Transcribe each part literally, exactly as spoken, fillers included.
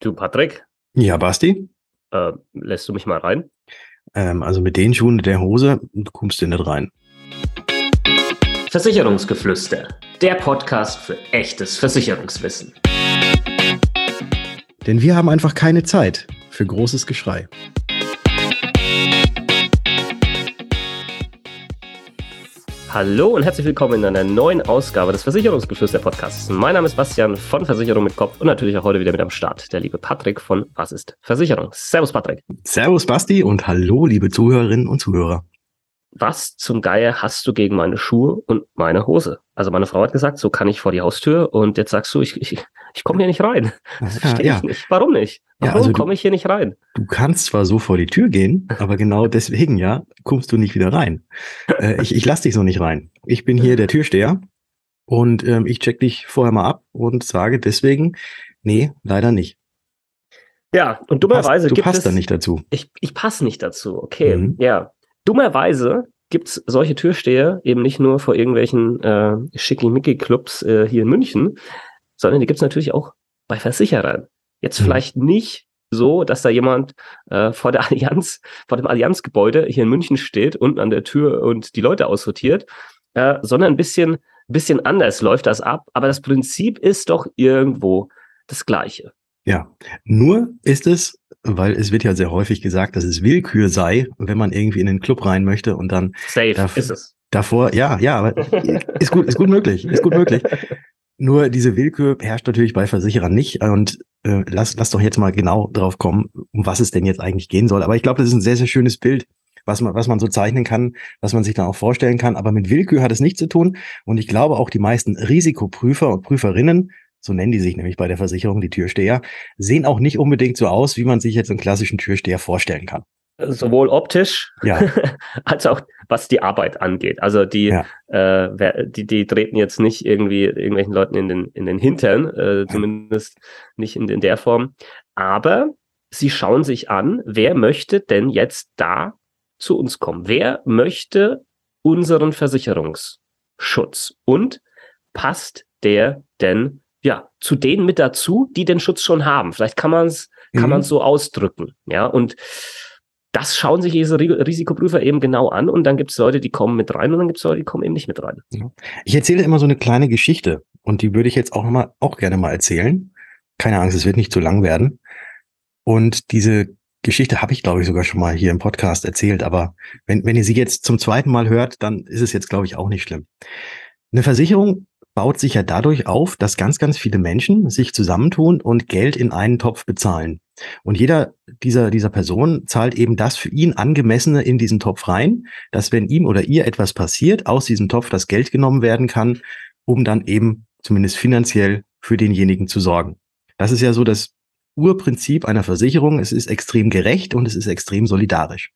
Du, Patrick, Ja, Basti, äh, lässt du mich mal rein? ähm, also mit den Schuhen und der Hose du kommst du nicht rein. Versicherungsgeflüster, der Podcast für echtes Versicherungswissen. Denn wir haben einfach keine Zeit für großes Geschrei. Hallo und herzlich willkommen in einer neuen Ausgabe des Versicherungsgeflüster-Podcasts. Mein Name ist Bastian von Versicherung mit Kopf und natürlich auch heute wieder mit am Start der liebe Patrick von Was ist Versicherung? Servus, Patrick. Servus, Basti, und hallo, liebe Zuhörerinnen und Zuhörer. Was zum Geier hast du gegen meine Schuhe und meine Hose? Also meine Frau hat gesagt, so kann ich vor die Haustür und jetzt sagst du, ich, ich, ich komme hier nicht rein. Das Ja, verstehe ja. ich nicht. Warum nicht? Ja, Warum also du- komme ich hier nicht rein? Du kannst zwar so vor die Tür gehen, aber genau deswegen, ja, kommst du nicht wieder rein. Äh, ich ich lass dich so nicht rein. Ich bin hier der Türsteher und ähm, ich check dich vorher mal ab und sage deswegen, nee, leider nicht. Ja, und Du passt, dummerweise du gibt passt es... da nicht dazu. Ich, ich passe nicht dazu, okay. Mhm. Ja. Dummerweise gibt's solche Türsteher eben nicht nur vor irgendwelchen äh, Schickimicki-Clubs äh, hier in München, sondern die gibt's natürlich auch bei Versicherern. Jetzt Mhm. vielleicht nicht so, dass da jemand äh, vor der Allianz, vor dem Allianzgebäude hier in München steht, unten an der Tür und die Leute aussortiert, äh, sondern ein bisschen, bisschen anders läuft das ab. Aber das Prinzip ist doch irgendwo das Gleiche. Ja, nur ist es, weil es wird ja sehr häufig gesagt, dass es Willkür sei, wenn man irgendwie in den Club rein möchte und dann Safe Darf- ist es. davor, ja, ja, aber ist gut, ist gut möglich, ist gut möglich. Nur diese Willkür herrscht natürlich bei Versicherern nicht und äh, lass, lass doch jetzt mal genau drauf kommen, um was es denn jetzt eigentlich gehen soll. Aber ich glaube, das ist ein sehr, sehr schönes Bild, was man, was man so zeichnen kann, was man sich dann auch vorstellen kann. Aber mit Willkür hat es nichts zu tun. Und ich glaube auch die meisten Risikoprüfer und Prüferinnen, so nennen die sich nämlich bei der Versicherung, die Türsteher, sehen auch nicht unbedingt so aus, wie man sich jetzt einen klassischen Türsteher vorstellen kann. Sowohl optisch Ja. als auch was die Arbeit angeht. Also die, Ja. äh, wer, die, die treten jetzt nicht irgendwie irgendwelchen Leuten in den, in den Hintern, äh, zumindest nicht in, in der Form. Aber sie schauen sich an, wer möchte denn jetzt da zu uns kommen? Wer möchte unseren Versicherungsschutz? Und passt der denn ja zu denen mit dazu, die den Schutz schon haben? Vielleicht kann man es kann Mhm. man so ausdrücken. Ja, und das schauen sich diese Ri- Risikoprüfer eben genau an und dann gibt es Leute, die kommen mit rein und dann gibt es Leute, die kommen eben nicht mit rein. Ich erzähle immer so eine kleine Geschichte und die würde ich jetzt auch noch mal, auch gerne mal erzählen. Keine Angst, es wird nicht zu lang werden. Und diese Geschichte habe ich, glaube ich, sogar schon mal hier im Podcast erzählt. Aber wenn, wenn ihr sie jetzt zum zweiten Mal hört, dann ist es jetzt, glaube ich, auch nicht schlimm. Eine Versicherung baut sich ja dadurch auf, dass ganz, ganz viele Menschen sich zusammentun und Geld in einen Topf bezahlen. Und jeder dieser, dieser Person zahlt eben das für ihn angemessene in diesen Topf rein, dass wenn ihm oder ihr etwas passiert, aus diesem Topf das Geld genommen werden kann, um dann eben zumindest finanziell für denjenigen zu sorgen. Das ist ja so das Urprinzip einer Versicherung. Es ist extrem gerecht und es ist extrem solidarisch.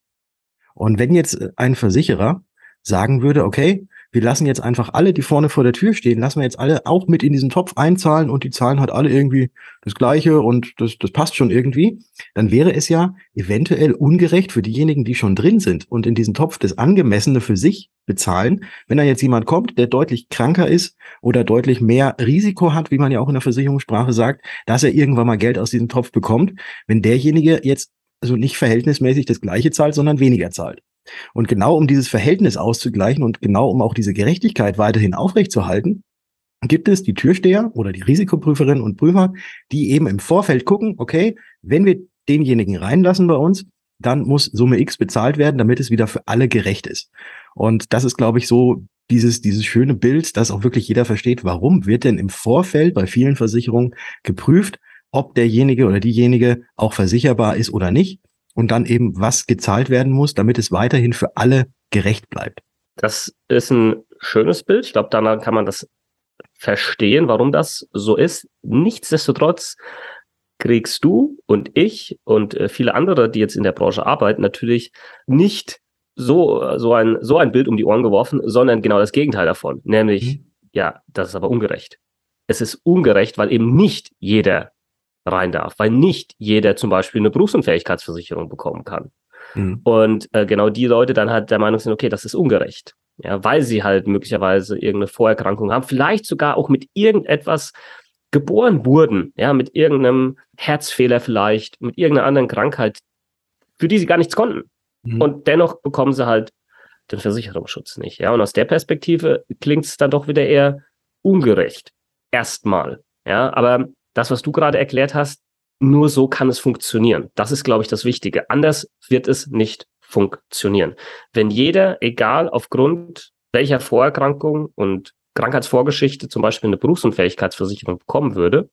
Und wenn jetzt ein Versicherer sagen würde, okay, wir lassen jetzt einfach alle, die vorne vor der Tür stehen, lassen wir jetzt alle auch mit in diesen Topf einzahlen und die zahlen halt alle irgendwie das Gleiche und das, das passt schon irgendwie, dann wäre es ja eventuell ungerecht für diejenigen, die schon drin sind und in diesen Topf das Angemessene für sich bezahlen. Wenn da jetzt jemand kommt, der deutlich kranker ist oder deutlich mehr Risiko hat, wie man ja auch in der Versicherungssprache sagt, dass er irgendwann mal Geld aus diesem Topf bekommt, wenn derjenige jetzt also nicht verhältnismäßig das Gleiche zahlt, sondern weniger zahlt. Und genau um dieses Verhältnis auszugleichen und genau um auch diese Gerechtigkeit weiterhin aufrechtzuerhalten, gibt es die Türsteher oder die Risikoprüferinnen und Prüfer, die eben im Vorfeld gucken, okay, wenn wir denjenigen reinlassen bei uns, dann muss Summe X bezahlt werden, damit es wieder für alle gerecht ist. Und das ist, glaube ich, so dieses, dieses schöne Bild, dass auch wirklich jeder versteht, warum wird denn im Vorfeld bei vielen Versicherungen geprüft, ob derjenige oder diejenige auch versicherbar ist oder nicht. Und dann eben, was gezahlt werden muss, damit es weiterhin für alle gerecht bleibt. Das ist ein schönes Bild. Ich glaube, daran kann man das verstehen, warum das so ist. Nichtsdestotrotz kriegst du und ich und äh, viele andere, die jetzt in der Branche arbeiten, natürlich nicht so, so ein, so ein Bild um die Ohren geworfen, sondern genau das Gegenteil davon. Nämlich, Mhm. ja, das ist aber ungerecht. Es ist ungerecht, weil eben nicht jeder rein darf, weil nicht jeder zum Beispiel eine Berufsunfähigkeitsversicherung bekommen kann. Mhm. Und äh, genau die Leute dann halt der Meinung sind, okay, das ist ungerecht. Ja, weil sie halt möglicherweise irgendeine Vorerkrankung haben, vielleicht sogar auch mit irgendetwas geboren wurden, ja, mit irgendeinem Herzfehler vielleicht, mit irgendeiner anderen Krankheit, für die sie gar nichts konnten. Mhm. Und dennoch bekommen sie halt den Versicherungsschutz nicht. Ja, und aus der Perspektive klingt es dann doch wieder eher ungerecht. Erstmal. Ja, aber das, was du gerade erklärt hast, nur so kann es funktionieren. Das ist, glaube ich, das Wichtige. Anders wird es nicht funktionieren. Wenn jeder, egal aufgrund welcher Vorerkrankung und Krankheitsvorgeschichte zum Beispiel eine Berufsunfähigkeitsversicherung bekommen würde,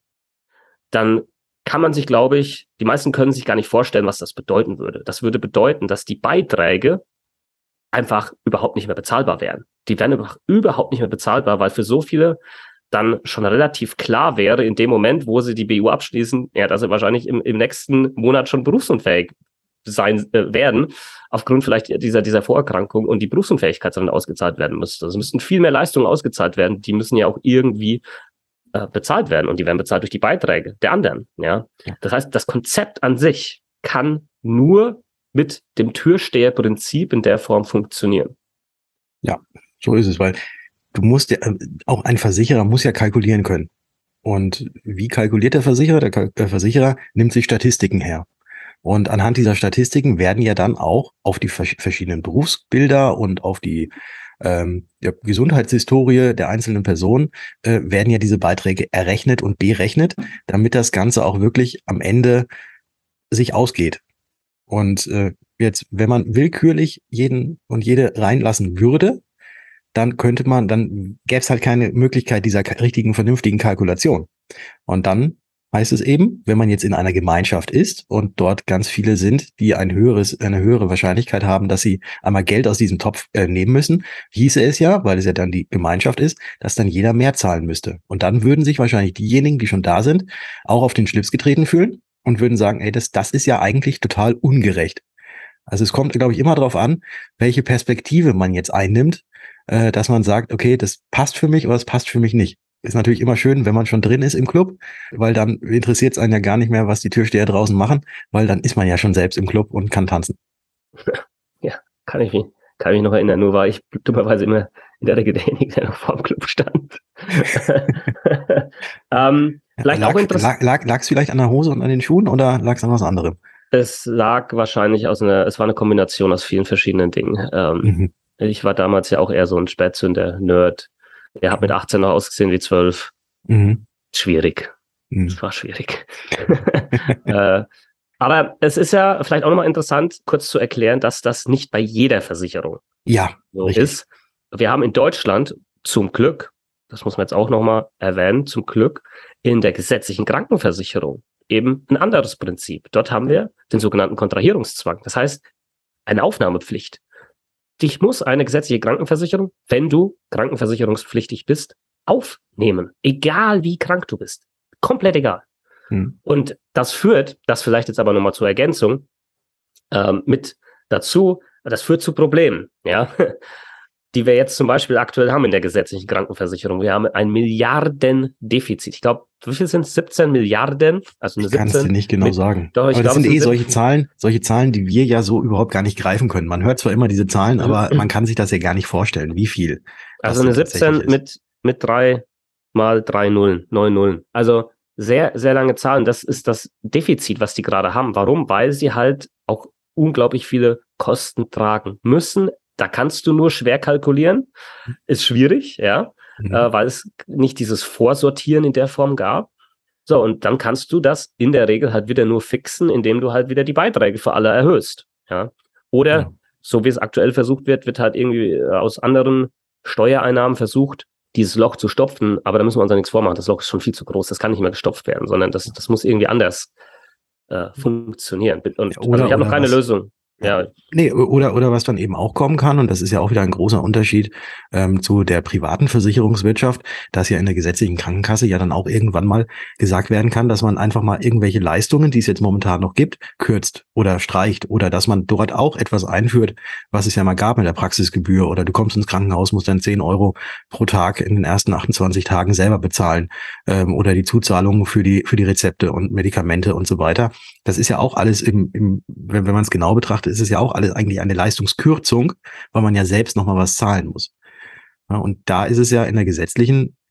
dann kann man sich, glaube ich, die meisten können sich gar nicht vorstellen, was das bedeuten würde. Das würde bedeuten, dass die Beiträge einfach überhaupt nicht mehr bezahlbar wären. Die wären überhaupt nicht mehr bezahlbar, weil für so viele dann schon relativ klar wäre, in dem Moment, wo sie die B U abschließen, ja, dass sie wahrscheinlich im, im nächsten Monat schon berufsunfähig sein äh, werden, aufgrund vielleicht dieser, dieser Vorerkrankung und die Berufsunfähigkeit dann ausgezahlt werden müsste. Also müssten viel mehr Leistungen ausgezahlt werden, die müssen ja auch irgendwie äh, bezahlt werden und die werden bezahlt durch die Beiträge der anderen. Ja? Das heißt, das Konzept an sich kann nur mit dem Türsteherprinzip in der Form funktionieren. Ja, so ist es, weil du musst ja, auch ein Versicherer muss ja kalkulieren können. Und wie kalkuliert der Versicherer? Der, der Versicherer nimmt sich Statistiken her. Und anhand dieser Statistiken werden ja dann auch auf die verschiedenen Berufsbilder und auf die ähm, ja, Gesundheitshistorie der einzelnen Person äh, werden ja diese Beiträge errechnet und berechnet, damit das Ganze auch wirklich am Ende sich ausgeht. Und äh, jetzt, wenn man willkürlich jeden und jede reinlassen würde, dann könnte man, dann gäbe es halt keine Möglichkeit dieser richtigen, vernünftigen Kalkulation. Und dann heißt es eben, wenn man jetzt in einer Gemeinschaft ist und dort ganz viele sind, die ein höheres, eine höhere Wahrscheinlichkeit haben, dass sie einmal Geld aus diesem Topf äh, nehmen müssen, hieße es ja, weil es ja dann die Gemeinschaft ist, dass dann jeder mehr zahlen müsste. Und dann würden sich wahrscheinlich diejenigen, die schon da sind, auch auf den Schlips getreten fühlen und würden sagen, ey, das, das ist ja eigentlich total ungerecht. Also es kommt, glaube ich, immer darauf an, welche Perspektive man jetzt einnimmt, äh, dass man sagt, okay, das passt für mich oder das passt für mich nicht. Ist natürlich immer schön, wenn man schon drin ist im Club, weil dann interessiert es einen ja gar nicht mehr, was die Türsteher draußen machen, weil dann ist man ja schon selbst im Club und kann tanzen. Ja, kann ich mich, kann ich mich noch erinnern. Nur war ich dummerweise immer in der Regel derjenige, der noch vor dem Club stand. ähm, vielleicht lag, auch interessant. Lag, lag, lag es vielleicht an der Hose und an den Schuhen oder lag es an was anderem? Es lag wahrscheinlich aus einer, es war eine Kombination aus vielen verschiedenen Dingen. Ähm, mhm. Ich war damals ja auch eher so ein Spätzünder, Nerd. Er hat mit achtzehn noch ausgesehen wie zwölf. Mhm. Schwierig. Mhm. Es war schwierig. äh, aber es ist ja vielleicht auch nochmal interessant, kurz zu erklären, dass das nicht bei jeder Versicherung ja, so ist. Wir haben in Deutschland zum Glück, das muss man jetzt auch nochmal erwähnen, zum Glück in der gesetzlichen Krankenversicherung eben ein anderes Prinzip. Dort haben wir den sogenannten Kontrahierungszwang. Das heißt, eine Aufnahmepflicht. Dich muss eine gesetzliche Krankenversicherung, wenn du krankenversicherungspflichtig bist, aufnehmen. Egal wie krank du bist. Komplett egal. Hm. Und das führt, das vielleicht jetzt aber nochmal zur Ergänzung, ähm, mit dazu, das führt zu Problemen, ja, die wir jetzt zum Beispiel aktuell haben in der gesetzlichen Krankenversicherung. Wir haben ein Milliardendefizit. Ich glaube, wie viel sind es? siebzehn Milliarden? Also eine ich kann es dir nicht genau mit, sagen. Doch, ich aber das glaub, sind eh solche Zahlen, solche Zahlen, die wir ja so überhaupt gar nicht greifen können. Man hört zwar immer diese Zahlen, aber man kann sich das ja gar nicht vorstellen, wie viel. Also eine siebzehn mit, mit drei mal drei Nullen, neun Nullen. Also sehr, sehr lange Zahlen. Das ist das Defizit, was die gerade haben. Warum? Weil sie halt auch unglaublich viele Kosten tragen müssen. Da kannst du nur schwer kalkulieren. Ist schwierig, ja, mhm. äh, weil es nicht dieses Vorsortieren in der Form gab. So, und dann kannst du das in der Regel halt wieder nur fixen, indem du halt wieder die Beiträge für alle erhöhst. Ja. Oder, ja. so wie es aktuell versucht wird, wird halt irgendwie aus anderen Steuereinnahmen versucht, dieses Loch zu stopfen. Aber da müssen wir uns ja nichts vormachen. Das Loch ist schon viel zu groß. Das kann nicht mehr gestopft werden, sondern das, das muss irgendwie anders äh, funktionieren. Und ja, oder, also ich habe noch keine was? Lösung. Ja. Nee, oder, oder was dann eben auch kommen kann, und das ist ja auch wieder ein großer Unterschied ähm, zu der privaten Versicherungswirtschaft, dass ja in der gesetzlichen Krankenkasse ja dann auch irgendwann mal gesagt werden kann, dass man einfach mal irgendwelche Leistungen, die es jetzt momentan noch gibt, kürzt oder streicht oder dass man dort auch etwas einführt, was es ja mal gab mit der Praxisgebühr oder du kommst ins Krankenhaus, musst dann zehn Euro pro Tag in den ersten achtundzwanzig Tagen selber bezahlen ähm, oder die Zuzahlungen für die für die Rezepte und Medikamente und so weiter. Das ist ja auch alles im, im wenn, wenn man es genau betrachtet, ist es ja auch alles eigentlich eine Leistungskürzung, weil man ja selbst nochmal was zahlen muss. Ja, und da ist es ja in der gesetzlichen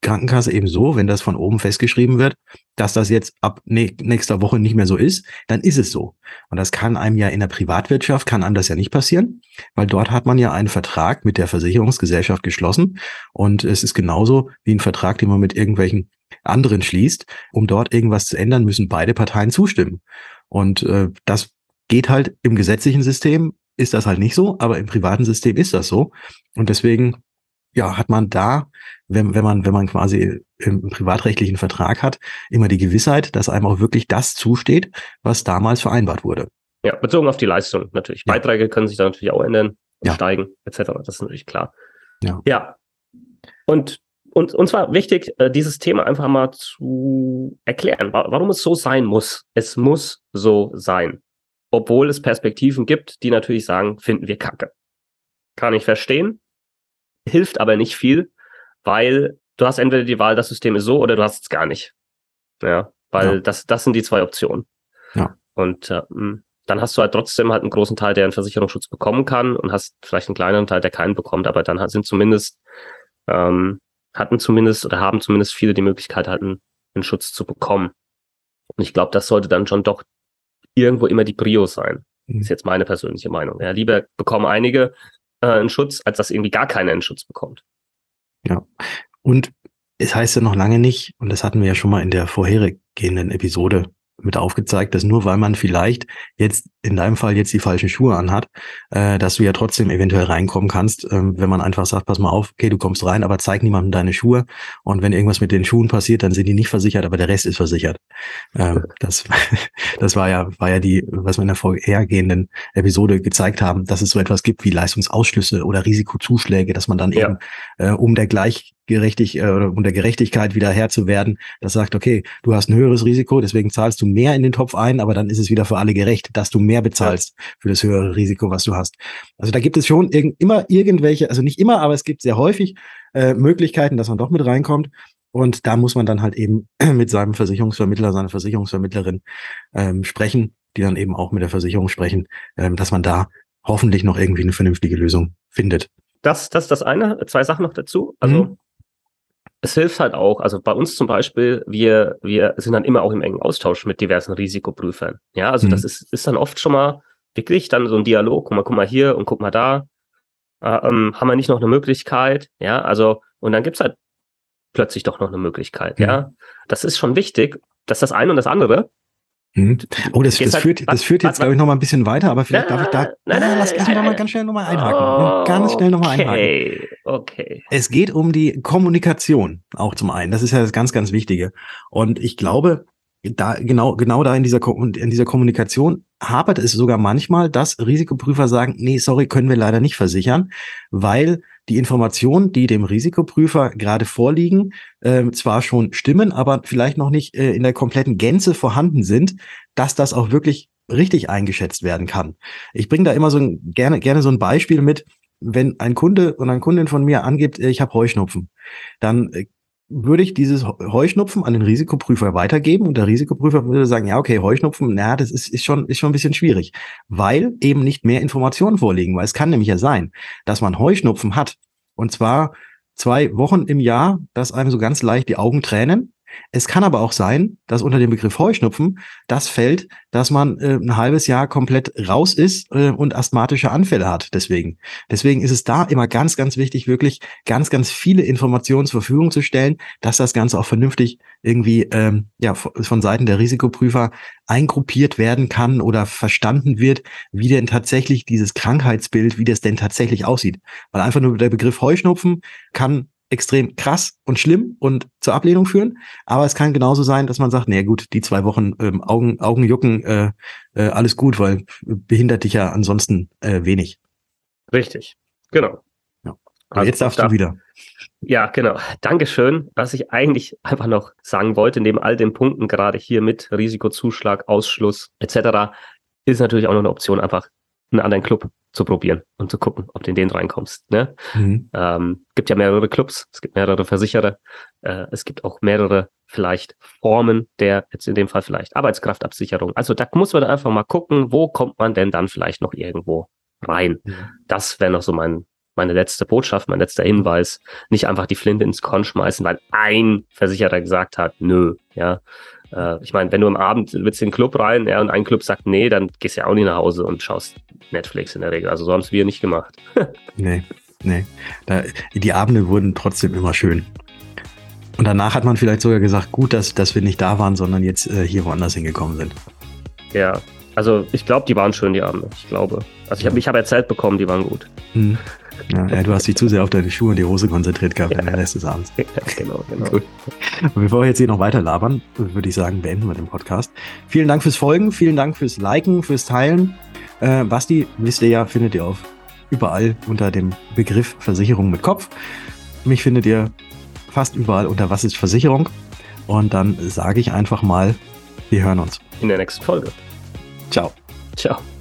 Krankenkasse eben so, wenn das von oben festgeschrieben wird, dass das jetzt ab ne- nächster Woche nicht mehr so ist, dann ist es so. Und das kann einem ja in der Privatwirtschaft, kann einem das ja nicht passieren, weil dort hat man ja einen Vertrag mit der Versicherungsgesellschaft geschlossen und es ist genauso wie ein Vertrag, den man mit irgendwelchen anderen schließt. Um dort irgendwas zu ändern, müssen beide Parteien zustimmen. Und äh, das geht halt im gesetzlichen System, ist das halt nicht so, aber im privaten System ist das so. Und deswegen ja, hat man da, wenn, wenn man, wenn man quasi im privatrechtlichen Vertrag hat, immer die Gewissheit, dass einem auch wirklich das zusteht, was damals vereinbart wurde. Ja, bezogen auf die Leistung natürlich. Ja. Beiträge können sich da natürlich auch ändern und ja. steigen, et cetera. Das ist natürlich klar. Ja. Ja. Und, und, und zwar wichtig, dieses Thema einfach mal zu erklären, warum es so sein muss. Es muss so sein. Obwohl es Perspektiven gibt, die natürlich sagen, finden wir kacke. Kann ich verstehen. Hilft aber nicht viel, weil du hast entweder die Wahl, das System ist so, oder du hast es gar nicht. Ja, weil ja. das das sind die zwei Optionen. Ja. Und äh, dann hast du halt trotzdem halt einen großen Teil, der einen Versicherungsschutz bekommen kann und hast vielleicht einen kleineren Teil, der keinen bekommt, aber dann sind zumindest, ähm, hatten zumindest oder haben zumindest viele die Möglichkeit, halt einen, einen Schutz zu bekommen. Und ich glaube, das sollte dann schon doch irgendwo immer die Prio sein. Mhm. Ist jetzt meine persönliche Meinung. Ja, lieber bekommen einige einen Schutz, als dass irgendwie gar keiner einen Schutz bekommt. Ja, und es heißt ja noch lange nicht, und das hatten wir ja schon mal in der vorhergehenden Episode mit aufgezeigt, dass nur weil man vielleicht jetzt, in deinem Fall jetzt die falschen Schuhe anhat, äh, dass du ja trotzdem eventuell reinkommen kannst, ähm, wenn man einfach sagt, pass mal auf, okay, du kommst rein, aber zeig niemandem deine Schuhe und wenn irgendwas mit den Schuhen passiert, dann sind die nicht versichert, aber der Rest ist versichert. Ähm, das, das war ja, war ja die, was wir in der vorhergehenden Episode gezeigt haben, dass es so etwas gibt wie Leistungsausschlüsse oder Risikozuschläge, dass man dann ja. eben, äh, um der gleichgerechtig, äh, oder um der Gerechtigkeit wieder Herr zu werden, das sagt, okay, du hast ein höheres Risiko, deswegen zahlst du mehr in den Topf ein, aber dann ist es wieder für alle gerecht, dass du mehr bezahlst ja. für das höhere Risiko, was du hast. Also da gibt es schon irg- immer irgendwelche, also nicht immer, aber es gibt sehr häufig äh, Möglichkeiten, dass man doch mit reinkommt. Und da muss man dann halt eben mit seinem Versicherungsvermittler, seiner Versicherungsvermittlerin ähm, sprechen, die dann eben auch mit der Versicherung sprechen, ähm, dass man da hoffentlich noch irgendwie eine vernünftige Lösung findet. Das, das ist das eine. Zwei Sachen noch dazu. Also mhm. es hilft halt auch, also bei uns zum Beispiel, wir, wir sind dann immer auch im engen Austausch mit diversen Risikoprüfern. Ja, also mhm. das ist, ist dann oft schon mal wirklich dann so ein Dialog. Guck mal, guck mal hier und guck mal da. Äh, ähm, haben wir nicht noch eine Möglichkeit? Ja, also, und dann gibt's halt plötzlich doch noch eine Möglichkeit. Mhm. Ja, das ist schon wichtig. Das ist das eine und das andere. Mhm. Oh, das, das, halt, führt, das was, führt jetzt, glaube ich, noch mal ein bisschen weiter, aber vielleicht na, darf ich da, na, na, lass mich mal ganz schnell noch mal einhaken. Oh, ganz schnell noch mal einhaken. Okay, okay. Es geht um die Kommunikation auch zum einen. Das ist ja das ganz, ganz Wichtige. Und ich glaube, da, genau, genau da in dieser, in dieser Kommunikation hapert es sogar manchmal, dass Risikoprüfer sagen, nee, sorry, können wir leider nicht versichern, weil die Informationen, die dem Risikoprüfer gerade vorliegen, äh, zwar schon stimmen, aber vielleicht noch nicht äh, in der kompletten Gänze vorhanden sind, dass das auch wirklich richtig eingeschätzt werden kann. Ich bringe da immer so ein, gerne, gerne so ein Beispiel mit, wenn ein Kunde oder eine Kundin von mir angibt, ich habe Heuschnupfen, dann äh, würde ich dieses Heuschnupfen an den Risikoprüfer weitergeben und der Risikoprüfer würde sagen, ja, okay, Heuschnupfen, na, das ist, ist schon, ist schon ein bisschen schwierig, weil eben nicht mehr Informationen vorliegen, weil es kann nämlich ja sein, dass man Heuschnupfen hat und zwar zwei Wochen im Jahr, dass einem so ganz leicht die Augen tränen. Es kann aber auch sein, dass unter dem Begriff Heuschnupfen das fällt, dass man äh, ein halbes Jahr komplett raus ist äh, und asthmatische Anfälle hat. Deswegen. Deswegen ist es da immer ganz, ganz wichtig, wirklich ganz, ganz viele Informationen zur Verfügung zu stellen, dass das Ganze auch vernünftig irgendwie ähm, ja von Seiten der Risikoprüfer eingruppiert werden kann oder verstanden wird, wie denn tatsächlich dieses Krankheitsbild, wie das denn tatsächlich aussieht. Weil einfach nur der Begriff Heuschnupfen kann extrem krass und schlimm und zur Ablehnung führen, aber es kann genauso sein, dass man sagt, naja gut, die zwei Wochen ähm, Augen, Augen jucken, äh, äh, alles gut, weil behindert dich ja ansonsten äh, wenig. Richtig, genau. Ja. Also jetzt darfst da, du wieder. Ja, genau. Dankeschön. Was ich eigentlich einfach noch sagen wollte, neben all den Punkten gerade hier mit Risikozuschlag, Ausschluss et cetera, ist natürlich auch noch eine Option, einfach einen anderen Club zu probieren und zu gucken, ob du in den reinkommst. Ne? Mhm. Ähm, gibt ja mehrere Clubs, es gibt mehrere Versicherer, äh, es gibt auch mehrere vielleicht Formen der, jetzt in dem Fall vielleicht Arbeitskraftabsicherung. Also da muss man dann einfach mal gucken, wo kommt man denn dann vielleicht noch irgendwo rein. Mhm. Das wäre noch so mein meine letzte Botschaft, mein letzter Hinweis, nicht einfach die Flinte ins Korn schmeißen, weil ein Versicherer gesagt hat, nö, ja. Äh, ich meine, wenn du am Abend willst in den Club rein, ja, und ein Club sagt, nee, dann gehst du ja auch nicht nach Hause und schaust Netflix in der Regel. Also so haben es wir nicht gemacht. nee, nee. Da, die Abende wurden trotzdem immer schön. Und danach hat man vielleicht sogar gesagt, gut, dass, dass wir nicht da waren, sondern jetzt äh, hier woanders hingekommen sind. Ja, also ich glaube, die waren schön, die Abende. Ich glaube. Also ich habe ich hab erzählt bekommen, die waren gut. Hm. Ja, ja, du hast dich zu sehr auf deine Schuhe und die Hose konzentriert gehabt, ja. Den Rest des Abends. Ja, genau, genau. Gut. Und bevor wir jetzt hier noch weiter labern, würde ich sagen, beenden wir den Podcast. Vielen Dank fürs Folgen, vielen Dank fürs Liken, fürs Teilen. Äh, Basti, wisst ihr ja, findet ihr auf überall unter dem Begriff Versicherung mit Kopf. Mich findet ihr fast überall unter Was ist Versicherung? Und dann sage ich einfach mal, wir hören uns. In der nächsten Folge. Ciao. Ciao.